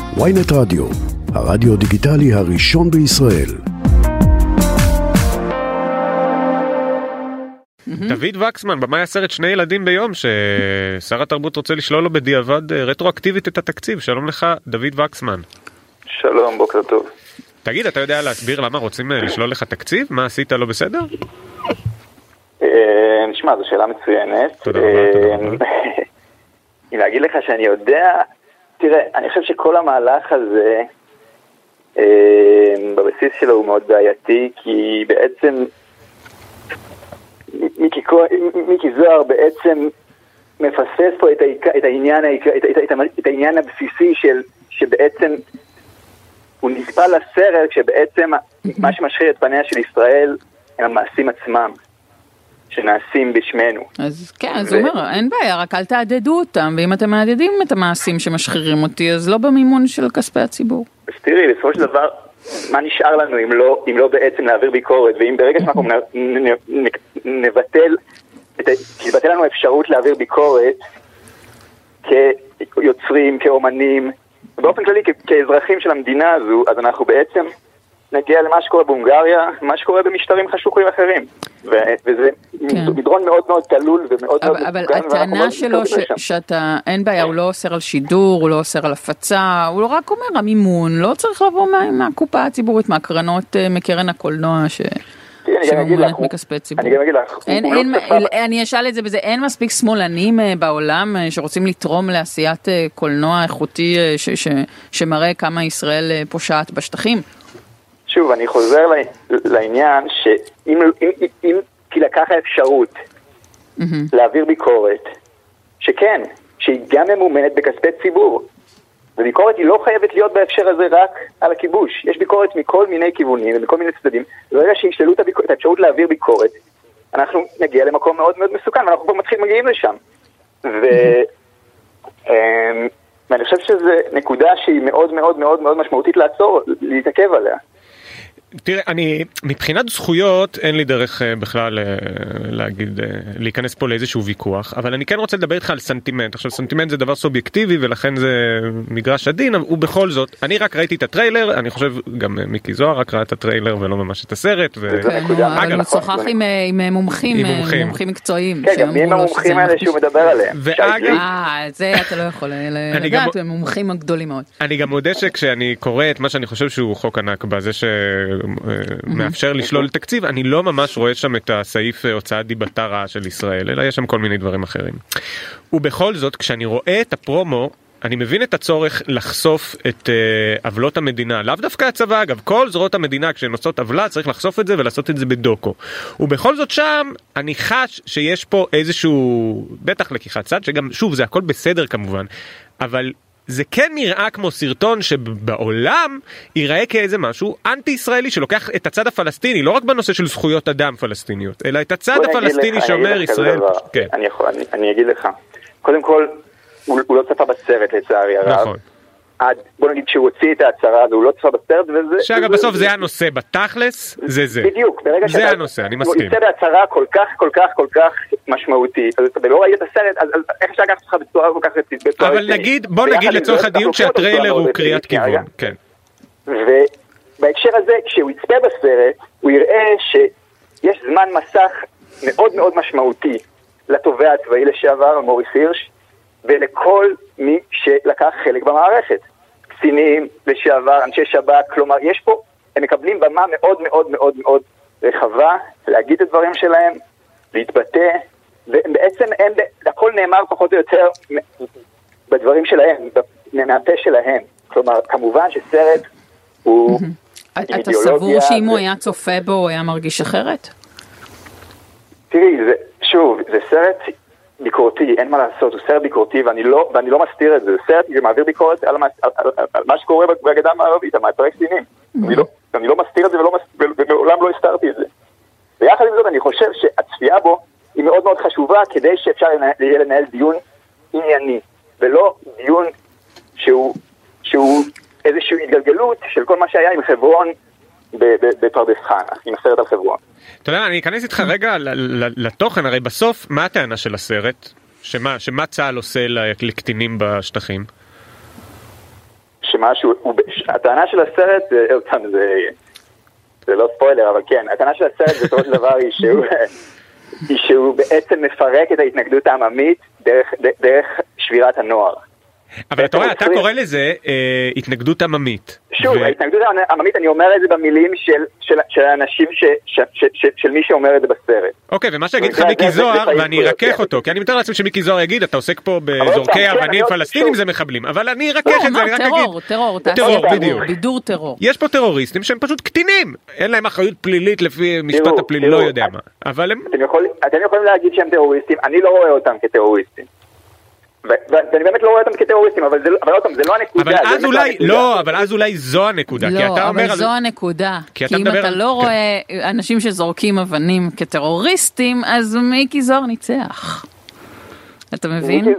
ynet רדיו, הרדיו דיגיטלי הראשון בישראל. דוד וקסמן, במאי הסרט שני ילדים ביום, ששר התרבות רוצה לשלול לו בדיעבד רטרואקטיבית את התקציב. שלום לך, דוד וקסמן. שלום, בוקר טוב. תגיד, אתה יודע להסביר למה רוצים לשלול לך תקציב? מה עשית לא בסדר? נשמע, זו שאלה מצוינת. תודה רבה. אם להגיד לך שאני יודע, תראה, אני חושב שכל המהלך הזה, בבסיס שלו הוא מאוד בעייתי, כי בעצם מיקי זוהר בעצם מפספס פה את העניין הבסיסי שבעצם הוא נצפה לסרט, שבעצם מה שמשחיר את פניה של ישראל הם המעשים עצמם שנעשים בשמנו. אז כן, אז הוא אומר, אין בעיה, רק אל תעדדו אותם, ואם אתם מעדדים את המעשים שמשחירים אותי, אז לא במימון של כספי הציבור. אז תראי, בסופו של דבר, מה נשאר לנו אם לא בעצם להעביר ביקורת, ואם ברגע שאנחנו נבטל לנו אפשרות להעביר ביקורת כיוצרים, כאומנים, באופן כללי כאזרחים של המדינה הזו, אז אנחנו בעצם נגיע למה שקורה בהונגריה, מה שקורה במשטרים חשוכים אחרים. וזה מדרון מאוד מאוד תלול ומאוד מאוד... אבל הטענה שלו שאתה, אין בעיה, הוא לא אוסר על שידור, הוא לא אוסר על הפצה, הוא רק אומר, המימון לא צריך לבוא מהקופה הציבורית, מהקרנות, מקרן הקולנוע שממומנת מכספי ציבור. אני גם אגיד לך. אני אשאל את זה בזה, אין מספיק שמאלנים בעולם שרוצים לתרום לעשיית קולנוע איכותי שמראה כמה ישראל פושעת בשטחים? שוב, אני חוזר לעניין שאם תילקח האפשרות להעביר ביקורת, שכן, שהיא גם ממומנת בכספי ציבור, וביקורת היא לא חייבת להיות בהקשר הזה רק על הכיבוש. יש ביקורת מכל מיני כיוונים ומכל מיני צדדים. ברגע שישללו את האפשרות להעביר ביקורת, אנחנו נגיע למקום מאוד מאוד מסוכן, ואנחנו כבר מגיעים לשם. ואני חושב שזו נקודה שהיא מאוד מאוד מאוד מאוד משמעותית להתעכב עליה. תראה, מבחינת זכויות אין לי דרך בכלל להיכנס פה לאיזשהו ויכוח, אבל אני כן רוצה לדבר איתך על סנטימנט. עכשיו, סנטימנט זה דבר סובייקטיבי, ולכן זה מגרש עדין, ובכל זאת, אני רק ראיתי את הטריילר, אני חושב גם מיקי זוהר רק ראה את הטריילר ולא ממש את הסרט. אבל הוא שוחח עם מומחים מקצועיים. כן, גם מי עם המומחים האלה שהוא מדבר עליהם. זה אתה לא יכול לדעת, הם מומחים גדולים מאוד. אני גם מודה שכשאני קורא את מה שאני חושב שהוא חוק הנכבה, זה מאפשר לשלול תקציב, אני לא ממש רואה שם את הסעיף הוצאת דיבתה רעה של ישראל, אלא יש שם כל מיני דברים אחרים. ובכל זאת, כשאני רואה את הפרומו, אני מבין את הצורך לחשוף את עוולות המדינה, לאו דווקא הצבא, אגב, כל זרועות המדינה, כשהן עושות עוולה, צריך לחשוף את זה ולעשות את זה בדוקו. ובכל זאת שם, אני חש שיש פה איזשהו, בטח לקיחת צד, שגם, שוב, זה הכל בסדר כמובן, אבל זה כן נראה כמו סרטון שבעולם ייראה כאיזה משהו אנטי-ישראלי שלוקח את הצד הפלסטיני, לא רק בנושא של זכויות אדם פלסטיניות, אלא את הצד הפלסטיני שאומר ישראל. אני אגיד לך, קודם כל, הוא לא צפה בסרט לצערי הרב. נכון. בוא נגיד שהוא הוציא את ההצהרה הזו, הוא לא צפה בסרט וזה... שאגב, בסוף זה הנושא, בתכלס, זה. בדיוק, זה הנושא, אני מסכים. הוא יוצא בהצהרה כל כך משמעותית, אז אתה לא ראית את הסרט, אז איך שאגב אותך בצורה כל כך רצית? אבל בוא נגיד לצורך הדיון שהטריילר הוא קריאת כיוון, כן. ובהקשר הזה, כשהוא יצפה בסרט, הוא יראה שיש זמן מסך מאוד מאוד משמעותי לתובע הצבאי לשעבר, מוריס הירש, ולכל מי שלקח חלק במערכת. קצינים לשעבר, אנשי שב"כ, כלומר, יש פה, הם מקבלים במה מאוד מאוד מאוד מאוד רחבה, להגיד את הדברים שלהם, להתבטא, ובעצם הכל נאמר פחות או יותר בדברים שלהם, מהפה שלהם. כלומר, כמובן שסרט הוא אידיאולוגיה. אתה סבור שאם הוא היה צופה בו, הוא היה מרגיש אחרת? תראי, שוב, זה סרט ביקורתי, אין מה לעשות, הוא סרט ביקורתי, ואני לא מסתיר את זה. זה סרט שמעביר ביקורת על מה שקורה בגדה המערבית, על מעצרי קטינים. אני לא מסתיר את זה ומעולם לא הסתרתי את זה. ויחד עם זאת, אני חושב שהצפייה בו היא מאוד מאוד חשובה, כדי שאפשר לנהל דיון ענייני, ולא דיון שהוא איזושהי התגלגלות של כל מה שהיה עם חברון בפרדס חנה, עם הסרט על חברון. אתה יודע, אני אכנס איתך רגע לתוכן, הרי בסוף, מה הטענה של הסרט? שמה צה"ל עושה לקטינים בשטחים? שמשהו, הטענה של הסרט, זה לא ספוילר, אבל כן, הטענה של הסרט בסופו של דבר היא שהוא בעצם מפרק את ההתנגדות העממית דרך שבירת הנוער. אבל אתה רואה, אתה קורא לזה התנגדות עממית. שוב, ההתנגדות העממית, אני אומר את זה במילים של האנשים, של מי שאומר את זה בסרט. אוקיי, ומה שיגיד לך מיקי זוהר, ואני ארכך אותו, כי אני מתאר לעצמי שמיקי זוהר יגיד, אתה עוסק פה בזורקי אבנים פלסטינים, זה מחבלים, אבל אני ארכך את זה, אני רק אגיד. טרור, בדיוק. בידור טרור. יש פה טרוריסטים שהם פשוט קטינים, אין להם אחריות פלילית לפי משפט הפלילי, לא יודע מה. אבל הם... אתם יכולים להגיד שהם טרוריסטים, אני לא רואה אותם כטרוריסטים. ואני באמת לא רואה אותם כטרוריסטים, אבל זה לא הנקודה. אבל אז אולי זו הנקודה. לא, אבל זו הנקודה. כי אם אתה לא רואה אנשים שזורקים אבנים כטרוריסטים, אז מיקי זוהר ניצח. אתה מבין?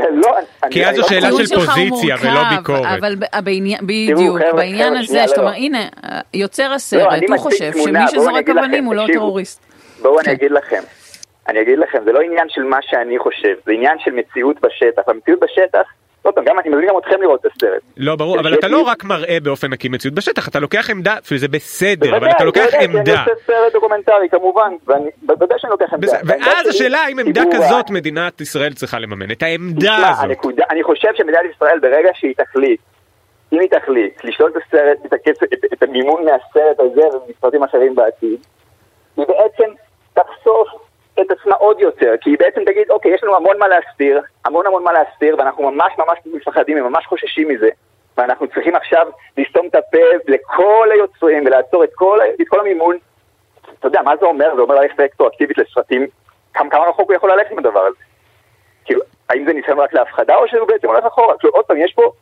כי אז זו שאלה של פוזיציה ולא ביקורת. אבל בדיוק, בעניין הזה, שאתה אומר, הנה, יוצר הסרט, הוא חושב שמי שזורק אבנים הוא לא טרוריסט. בואו אני אגיד לכם, זה לא עניין של מה שאני חושב, זה עניין של מציאות בשטח. המציאות בשטח, אני מזמין גם אתכם לראות את הסרט. לא, ברור, אבל אתה לא רק מראה באופן נקי מציאות בשטח, אתה לוקח עמדה, וזה בסדר, אבל אתה לוקח עמדה. אני עושה סרט דוקומנטרי, כמובן, ואני בוודאי שאני לוקח עמדה. ואז השאלה, האם עמדה כזאת מדינת ישראל צריכה לממן, את העמדה הזאת. אני חושב שמדינת ישראל, ברגע שהיא תחליט, אם היא תחליט, לשלול את הסרט, את המימון מהסרט הזה, ומסרטים אחרים בעתיד, היא בעצם תחשוף את עצמה עוד יותר, כי היא בעצם תגיד, אוקיי, יש לנו המון מה להסתיר, ואנחנו ממש מפחדים, ממש חוששים מזה, ואנחנו צריכים עכשיו לסתום את הפה לכל היוצרים, ולעצור את כל המימון. אתה יודע, מה זה אומר? זה אומר ללכת רטרואקטיבית לסרטים, כמה רחוק הוא יכול ללכת עם הדבר הזה? כאילו, האם זה ניסיון רק להפחדה, או שזה בעצם הולך אחורה? עוד פעם, יש פה,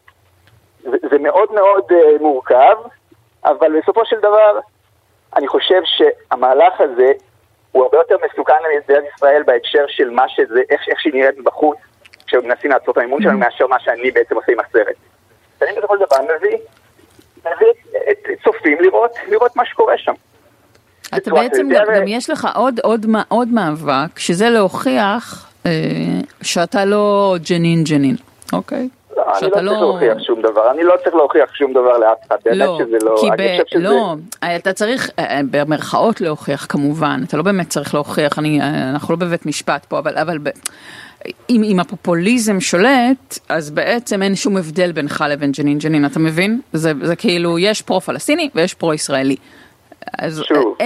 זה מאוד מאוד מורכב, אבל בסופו של דבר, אני חושב שהמהלך הזה, הוא הרבה יותר מסוכן למדינת ישראל בהקשר של מה שזה, איך שהיא נראית בחוץ, כשמנסים לעצור את המימון שלנו, מאשר מה שאני בעצם עושה עם הסרט. אני בכל דבר מביא את צופים לראות מה שקורה שם. אתה בעצם גם יש לך עוד מאבק, שזה להוכיח שאתה לא ג'נין, אוקיי? אני לא צריך להוכיח שום דבר, אני לא צריך להוכיח שום דבר לאף אחד, באמת שזה לא... אתה צריך במרכאות להוכיח כמובן, אתה לא באמת צריך להוכיח, אנחנו לא בבית משפט פה, אבל אם הפופוליזם שולט, אז בעצם אין שום הבדל בינך לבין ג'נין, אתה מבין? זה כאילו, יש פרו-פלסטיני ויש פרו-ישראלי. שוב,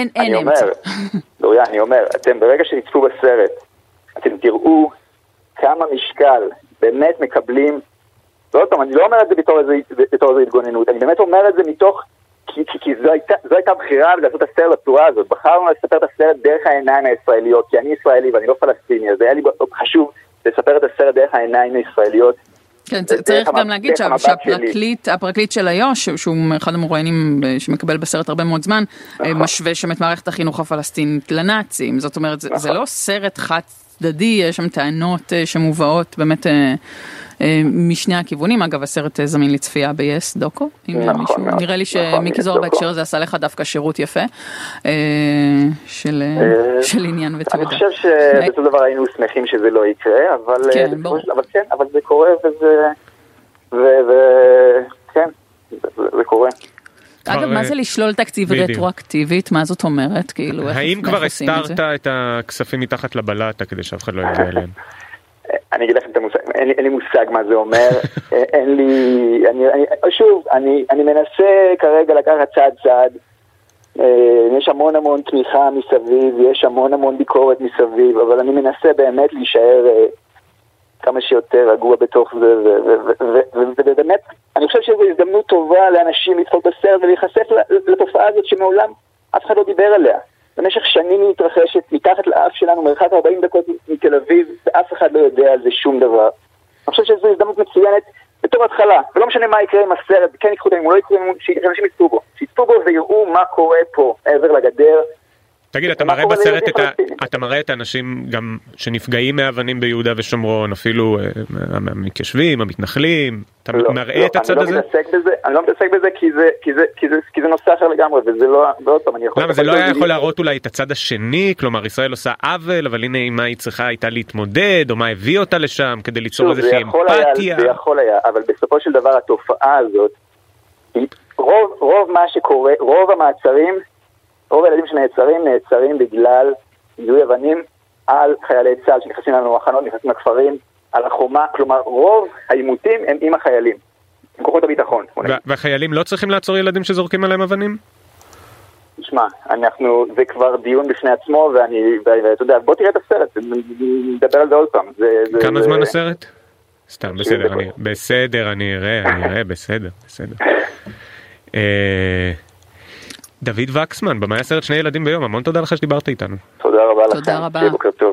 אני אומר, אתם ברגע שתצפו בסרט, אתם תראו כמה משקל באמת מקבלים. לא טוב, אני לא אומר את זה בתור איזו התגוננות, אני באמת אומר את זה מתוך, כי זו הייתה בחירה לעשות את הסרט בצורה הזאת. בחרנו לספר את הסרט דרך העיניים הישראליות, כי אני ישראלי ואני לא פלסטיני, אז היה לי חשוב לספר את הסרט דרך העיניים הישראליות. כן, צריך גם להגיד שהפרקליט של איו"ש, שהוא אחד המרואיינים שמקבל בסרט הרבה מאוד זמן, משווה שם את מערכת החינוך הפלסטינית לנאצים. זאת אומרת, זה לא סרט חד צדדי, יש שם טענות שמובאות באמת משני הכיוונים. אגב, הסרט זמין לצפייה ב-yes דוקו. נראה לי שמיקי זוהר בהקשר הזה עשה לך דווקא שירות יפה של עניין ותעודה. אני חושב שבסופו דבר היינו שמחים שזה לא יקרה, אבל זה קורה וכן, זה קורה. אגב, מה זה לשלול תקציב רטרואקטיבית? מה זאת אומרת? האם כבר הסתרת את הכספים מתחת לבלטה כדי שאף אחד לא יגיע אליהם? אני אגיד לכם את המושג, אין לי מושג מה זה אומר, שוב, אני מנסה כרגע לקחת צעד, יש המון תמיכה מסביב, יש המון ביקורת מסביב, אבל אני מנסה באמת להישאר כמה שיותר רגוע בתוך זה, ובאמת, אני חושב שזו הזדמנות טובה לאנשים לדחות בסרט ולהיחשף לתופעה הזאת שמעולם אף אחד לא דיבר עליה. במשך שנים היא מתרחשת מתחת לאף שלנו, מרחק 40 דקות מתל אביב, ואף אחד לא יודע על זה שום דבר. אני חושב שזו הזדמנות מצוינת בתור התחלה, ולא משנה מה יקרה עם הסרט, כן יקחו דברים, לא יקחו דברים, שאנשים יצפו בו ויראו מה קורה פה, מעבר לגדר. תגיד, אתה מראה בסרט אתה מראה את האנשים גם שנפגעים מאבנים ביהודה ושומרון, אפילו המתיישבים, המתנחלים, אתה מראה את הצד הזה? אני לא מתעסק בזה כי זה נושא אחר לגמרי, וזה לא, ועוד פעם, אני יכול... למה, זה לא היה יכול להראות אולי את הצד השני? כלומר, ישראל עושה עוול, אבל הנה מה היא צריכה הייתה להתמודד, או מה הביא אותה לשם, כדי ליצור איזושהי אמפתיה? זה יכול היה, אבל בסופו של דבר התופעה הזאת רוב מה שקורה, רוב המעצרים, רוב הילדים נעצרים בגלל יידוי אבנים על חיילי צה"ל שנכנסים לנו מחנות, נכנסים לכפרים, על החומה, כלומר רוב העימותים הם עם החיילים, עם כוחות הביטחון. והחיילים לא צריכים לעצור ילדים שזורקים עליהם אבנים? תשמע, זה כבר דיון בפני עצמו, ואתה יודע, בוא תראה את הסרט, נדבר על זה עוד פעם. כמה זמן הסרט? סתם, בסדר, אני אראה, בסדר. דוד וקסמן, במאי הסרט שני ילדים ביום, המון תודה לך שדיברת איתנו. תודה רבה לכם. תודה רבה. בוקר טוב.